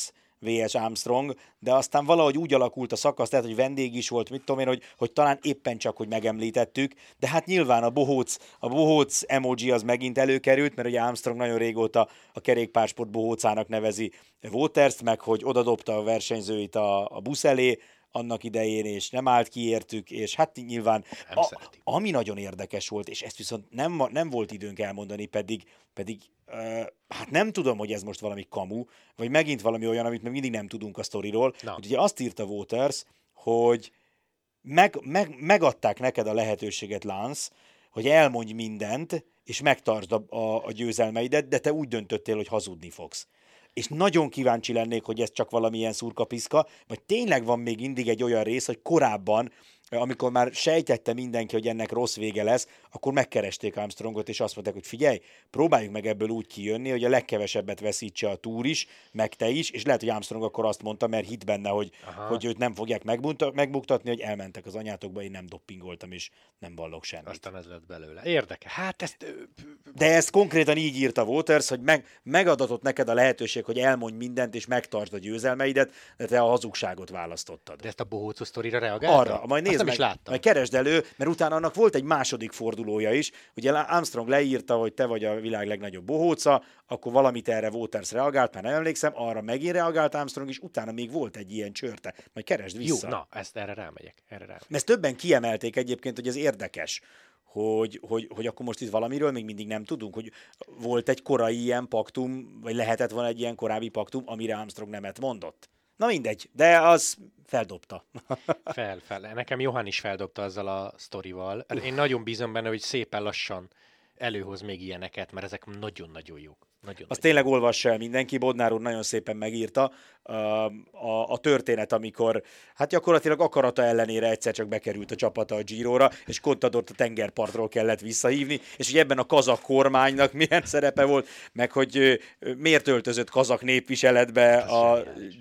vé es Armstrong, de aztán valahogy úgy alakult a szakasz, tehát, hogy vendég is volt, mit tudom én, hogy, hogy talán éppen csak, hogy megemlítettük, de hát nyilván a bohóc, a bohóc emoji az megint előkerült, mert ugye Armstrong nagyon régóta a kerékpársport bohócának nevezi Waters-t, meg hogy odadobta a versenyzőit a, a busz elé annak idején, és nem állt ki értük, és hát nyilván a, ami nagyon érdekes volt, és ezt viszont nem, nem volt időnk elmondani, pedig, pedig uh, hát nem tudom, hogy ez most valami kamu, vagy megint valami olyan, amit még mindig nem tudunk a sztoriról. No. Ugye azt írta Waters, hogy meg, meg, megadták neked a lehetőséget, Lance, hogy elmondj mindent, és megtartsd a, a, a győzelmeidet, de te úgy döntöttél, hogy hazudni fogsz. És nagyon kíváncsi lennék, hogy ez csak valamilyen szurkapiszka, vagy tényleg van még mindig egy olyan rész, hogy korábban, amikor már sejtette mindenki, hogy ennek rossz vége lesz, akkor megkeresték Armstrongot, és azt mondták, hogy figyelj, próbáljuk meg ebből úgy kijönni, hogy a legkevesebbet veszítse a túr is, meg te is, és lehet, hogy Armstrong akkor azt mondta, mert hit benne, hogy, hogy őt nem fogják megbuktatni, hogy elmentek az anyátokba, én nem doppingoltam, és nem vallok semmit. Aztán ez lett belőle. Érdeke. Hát ezt... De ezt konkrétan így írta Waters, hogy meg, megadatott neked a lehetőség, hogy elmondj mindent, és megtartsd a győzelmeidet, de te a hazugságot választottad. De ezt a bohócos sztorira reagálta? Arra, majd nézd meg, is láttam. Majd keresd elő, mert utána annak volt egy második fordulója is. Ugye Armstrong leírta, hogy te vagy a világ legnagyobb bohóca, akkor valamit erre Waters reagált, már nem emlékszem, arra megint reagált Armstrong, és utána még volt egy ilyen csörte. Majd keresd vissza. Jó, na, ezt erre rámegyek. Erre rámegyek. Ezt többen kiemelték egyébként, hogy ez érdekes, hogy, hogy, hogy akkor most itt valamiről még mindig nem tudunk, hogy volt egy korai ilyen paktum, vagy lehetett volna egy ilyen korábbi paktum, amire Armstrong nemet mondott. Na mindegy, de az feldobta. fel, fel. Nekem Johan is feldobta azzal a sztorival. Én nagyon bízom benne, hogy szépen lassan előhoz még ilyeneket, mert ezek nagyon-nagyon jók. Nagyon Azt tényleg olvassa el mindenki, Bodnár úr nagyon szépen megírta a, a, a történet, amikor hát gyakorlatilag akarata ellenére egyszer csak bekerült a csapata a Giróra, és Contadort a tengerpartról kellett visszahívni, és hogy ebben a kazak kormánynak milyen szerepe volt, meg hogy miért öltözött kazak népviseletbe a,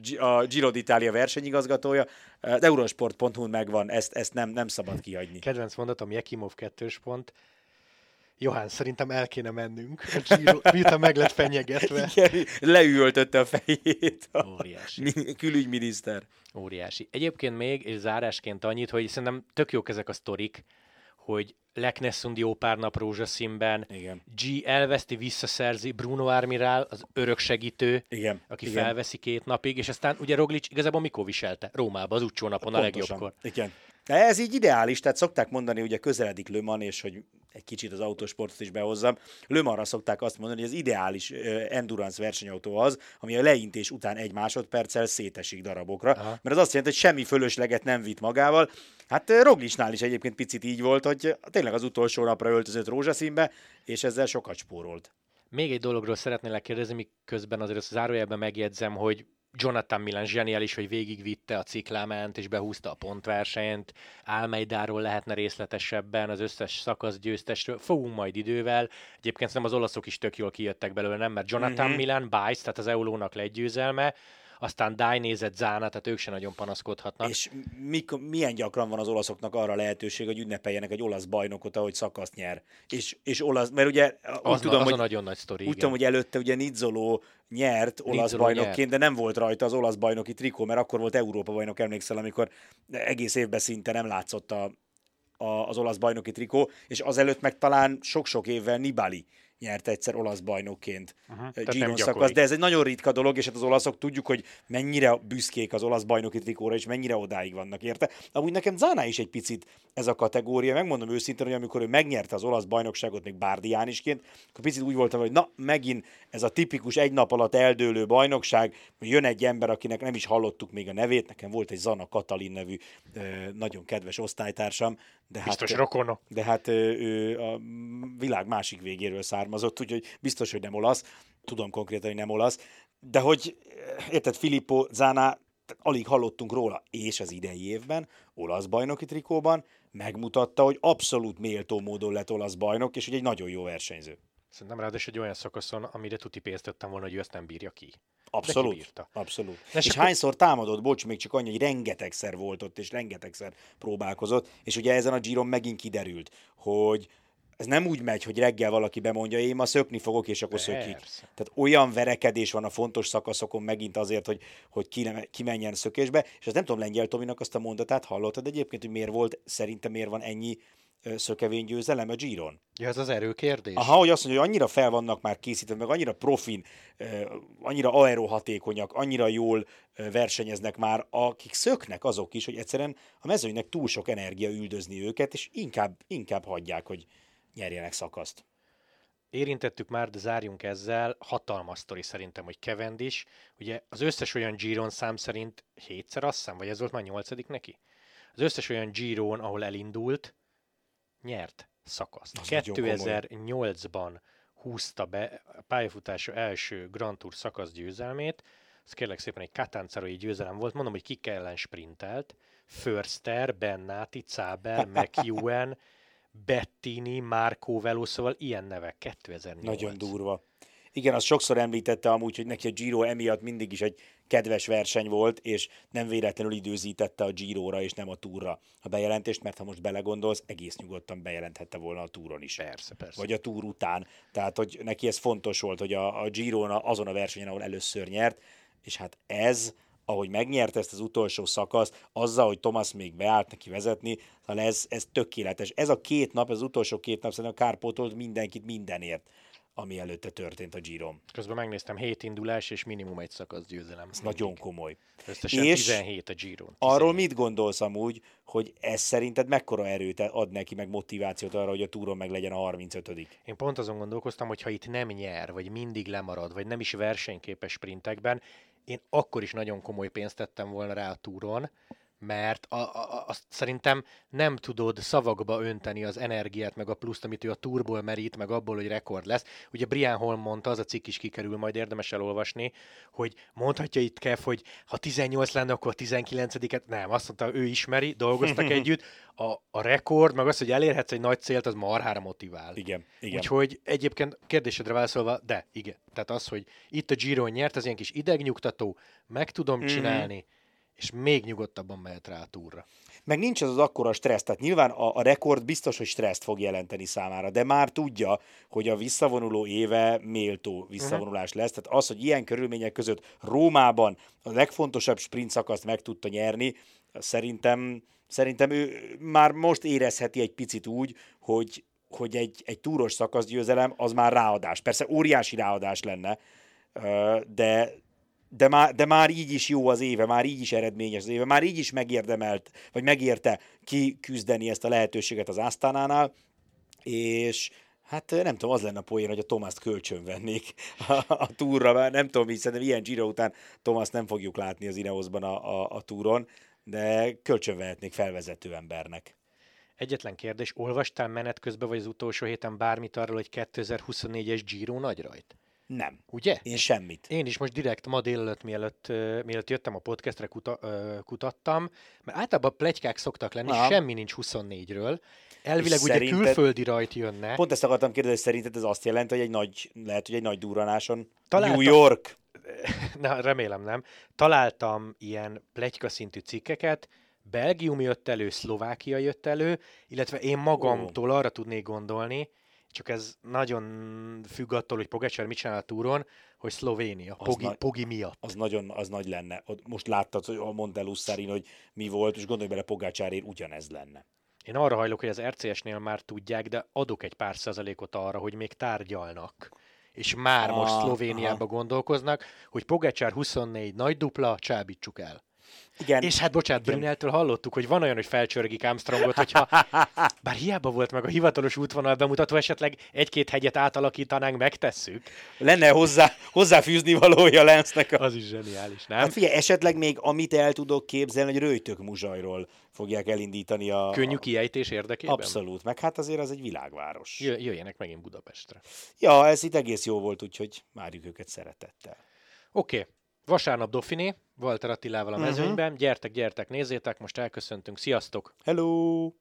a Giro d'Italia versenyigazgatója. De eurosport pont hu megvan, ezt, ezt nem, nem szabad kihagyni. Kedvenc mondatom, Jekimov kettős pont. Johann, szerintem el kéne mennünk. A Giro, miután meg lett fenyegetve. Igen, leüvöltötte a fejét a Óriási. külügyminiszter. Óriási. Egyébként még, és zárásként annyit, hogy szerintem tök jók ezek a sztorik, hogy Leknessund jó pár nap rózsaszínben, igen. G elveszti, visszaszerzi, Bruno Armirál, az örök segítő, igen. aki igen. felveszi két napig, és aztán ugye Roglic igazából mikor viselte? Rómába, az utcsó napon a legjobbkor. Igen. De ez így ideális, tehát szokták mondani, ugye közeledik Le Mans, és hogy egy kicsit az autósportot is behozzam. Le Mansra szokták azt mondani, hogy az ideális endurance versenyautó az, ami a leintés után egy másodperccel szétesik darabokra, aha. Mert az azt jelenti, hogy semmi fölösleget nem vitt magával. Hát Roglicnál is egyébként picit így volt, hogy tényleg az utolsó napra öltözött rózsaszínbe, és ezzel sokat spórolt. Még egy dologról szeretnélek kérdezni, miközben azért azt zárójelben megjegyzem, hogy Jonathan Milan zseniális, hogy végigvitte a cikláment, és behúzta a pontversenyt. Almeidáról lehetne részletesebben, az összes szakasz győztesről. Fogunk majd idővel. Egyébként szerintem az olaszok is tök jól kijöttek belőle, nem? Mert Jonathan mm-hmm. Milan, Bice, tehát az Eulónak lett győzelme, aztán Dai nézett Zána, tehát ők se nagyon panaszkodhatnak. És mi, milyen gyakran van az olaszoknak arra lehetőség, hogy ünnepeljenek egy olasz bajnokot, ahogy szakaszt nyer. És, és olasz, mert ugye az, úgy tudom, az hogy, a nagyon nagy sztori, úgy tudom, hogy előtte ugye Nizzolo nyert olasz Nizzolo bajnokként, nyert. De nem volt rajta az olasz bajnoki trikó, mert akkor volt Európa bajnok, emlékszel, amikor egész évben szinte nem látszott a, a, az olasz bajnoki trikó, és azelőtt meg talán sok-sok évvel Nibali nyert egyszer olasz bajnokként uh-huh. Giron szakasz, de ez egy nagyon ritka dolog, és hát az olaszok tudjuk, hogy mennyire büszkék az olasz bajnoki trikóra, és mennyire odáig vannak érte. Amúgy nekem Zána is egy picit ez a kategória, megmondom őszintén, hogy amikor ő megnyerte az olasz bajnokságot még Bardiánisként, akkor picit úgy voltam, hogy na, megint ez a tipikus egy nap alatt eldőlő bajnokság, hogy jön egy ember, akinek nem is hallottuk még a nevét, nekem volt egy Zana Katalin nevű nagyon kedves osztálytársam, de biztos hát, rokona. De hát ő a világ másik végéről származott, úgyhogy biztos, hogy nem olasz. Tudom konkrétan, hogy nem olasz. De hogy, érted, Filippo Zana, alig hallottunk róla, és az idei évben, olasz bajnoki trikóban megmutatta, hogy abszolút méltó módon lett olasz bajnok, és hogy egy nagyon jó versenyző. Szerintem ráadásul egy olyan szakaszon, amire tuti pénzt tettem volna, hogy ő ezt nem bírja ki. Abszolút, abszolút. És akkor... hányszor támadott, bocs, még csak annyi, hogy rengetegszer volt ott, és rengetegszer próbálkozott, és ugye ezen a Giron megint kiderült, hogy ez nem úgy megy, hogy reggel valaki bemondja, én ma szökni fogok, és akkor Persze. szökik. Tehát olyan verekedés van a fontos szakaszokon megint azért, hogy, hogy ki, kimenjen szökésbe, és azt nem tudom, Lengyel Tominak azt a mondatát hallottad egyébként, hogy miért volt, szerintem miért van ennyi szökevény győzelem a Giron? Ja, ez az erőkérdés? Aha, hogy azt mondja, hogy annyira fel vannak már készítve, meg annyira profin, annyira aerohatékonyak, annyira jól versenyeznek már, akik szöknek azok is, hogy egyszerűen a mezőnynek túl sok energia üldözni őket, és inkább, inkább hagyják, hogy nyerjenek szakaszt. Érintettük már, de zárjunk ezzel. Hatalmas sztori szerintem, hogy Cavendish, ugye az összes olyan Giron szám szerint hétszer azt hiszem, vagy ez volt már nyolcadik neki? Az összes olyan Giron, ahol elindult, nyert szakaszt. kétezer-nyolcban húzta be a pályafutása első Grand Tour szakasz győzelmét, ez kérlek szépen egy katáncárói győzelem volt, mondom, hogy kik ellen sprintelt, Förster, Bennati, Zabel, McEwen, Bettini, Marco Velo, szóval ilyen nevek, kétezer-nyolc. Nagyon durva. Igen, azt sokszor említette amúgy, hogy neki a Giro emiatt mindig is egy kedves verseny volt, és nem véletlenül időzítette a Giróra, és nem a Tourra a bejelentést, mert ha most belegondolsz, egész nyugodtan bejelenthette volna a Touron is. Persze, persze. Vagy a Tour után. Tehát, hogy neki ez fontos volt, hogy a, a Giron azon a versenyen, ahol először nyert, és hát ez, ahogy megnyerte ezt az utolsó szakaszt, azzal, hogy Thomas még beállt neki vezetni, szóval ez, ez tökéletes. Ez a két nap, az utolsó két nap szerintem kárpótolt mindenkit mindenért, ami előtte történt a Giron. Közben megnéztem, hét indulás és minimum egy szakasz győzelem. Ez nagyon komoly. Összesen és tizenhét a Giron. tizenhét. Arról mit gondolsz amúgy, hogy ez szerinted mekkora erőt ad neki, meg motivációt arra, hogy a Touron meg legyen a harmincötödik? Én pont azon gondolkoztam, hogy ha itt nem nyer, vagy mindig lemarad, vagy nem is versenyképes sprintekben, én akkor is nagyon komoly pénzt tettem volna rá a Touron, mert a, a, azt szerintem nem tudod szavakba önteni az energiát, meg a pluszt, amit ő a Tourból merít, meg abból, hogy rekord lesz. Ugye Brian Holm mondta, az a cikk is kikerül, majd érdemes elolvasni, hogy mondhatja itt Kev, hogy ha tizennyolc lenne, akkor tizenkilencediket nem, azt mondta, ő ismeri, dolgoztak együtt. A, a rekord, meg az, hogy elérhetsz egy nagy célt, az marhára motivál. Igen, igen. Úgyhogy egyébként kérdésedre válaszolva, de igen. Tehát az, hogy itt a Giron nyert, az ilyen kis idegnyugtató, meg tudom csinálni, mm. és még nyugodtabban mehet rá a Tourra. Meg nincs az az akkora stressz, tehát nyilván a, a rekord biztos, hogy stresszt fog jelenteni számára, de már tudja, hogy a visszavonuló éve méltó visszavonulás uh-huh. lesz, tehát az, hogy ilyen körülmények között Rómában a legfontosabb sprint szakaszt meg tudta nyerni, szerintem, szerintem ő már most érezheti egy picit úgy, hogy, hogy egy, egy túros szakaszgyőzelem az már ráadás. Persze óriási ráadás lenne, de De már, de már így is jó az éve, már így is eredményes az éve, már így is megérdemelt, vagy megérte kiküzdeni ezt a lehetőséget az Astánánál, és hát nem tudom, az lenne a poén, hogy a Thomást kölcsön vennék a, a túrra, mert nem tudom, így szerintem ilyen Giro után Thomást nem fogjuk látni az Ineosban a, a, a túron, de kölcsön vehetnék felvezető embernek. Egyetlen kérdés, olvastál menet közben, vagy az utolsó héten bármit arról, hogy kétezer-huszonnégyes Giro nagy rajt? Nem. Ugye? Én semmit. Én is most direkt ma délelőtt, mielőtt, mielőtt jöttem a podcastre, kuta, kutattam, mert általában pletykák szoktak lenni, na. Semmi nincs huszonnégyről. Elvileg és ugye szerinted, külföldi rajt jönne. Pont ezt akartam kérdezni, hogy szerinted ez azt jelenti, hogy egy nagy, lehet, hogy egy nagy durranáson Találtam, New York? Na, remélem nem. Találtam ilyen pletyka szintű cikkeket, Belgium jött elő, Szlovákia jött elő, illetve én magamtól oh. arra tudnék gondolni, csak ez nagyon függ attól, hogy Pogačar mit csinál a túron, hogy Szlovénia, Pogi, na- Pogi miatt. Az nagyon az nagy lenne. Most láttad, hogy a Montelussarin, hogy mi volt, és gondolj bele, Pogačarért ugyanez lenne. Én arra hajlok, hogy az er cé es-nél már tudják, de adok egy pár százalékot arra, hogy még tárgyalnak. És már ah, most Szlovéniába aha. gondolkoznak, hogy Pogačar huszonnégy nagy dupla, csábítsuk el. Igen. És hát bocsánat, Bruneltől hallottuk, hogy van olyan, hogy felcsörgik Armstrongot, hogyha bár hiába volt meg a hivatalos útvonal bemutató, esetleg egy-két hegyet átalakítanánk, megtesszük. Lenne hozzá, hozzáfűzni valója Lance-nek. A... Az is zseniális, nem? Hát figyelj, esetleg még amit el tudok képzelni, hogy Röjtök Muzsajról fogják elindítani a... Könnyű kiejtés érdekében? Abszolút, meg hát azért az egy világváros. Jö, jöjjenek megint Budapestre. Ja, ez itt egész jó volt, úgyhogy várjuk őket szeretettel. Oké. Okay. Vasárnap Dauphiné, Walter Attilával a mezőnyben. Uh-huh. Gyertek, gyertek, nézzétek, most elköszöntünk. Sziasztok! Hello!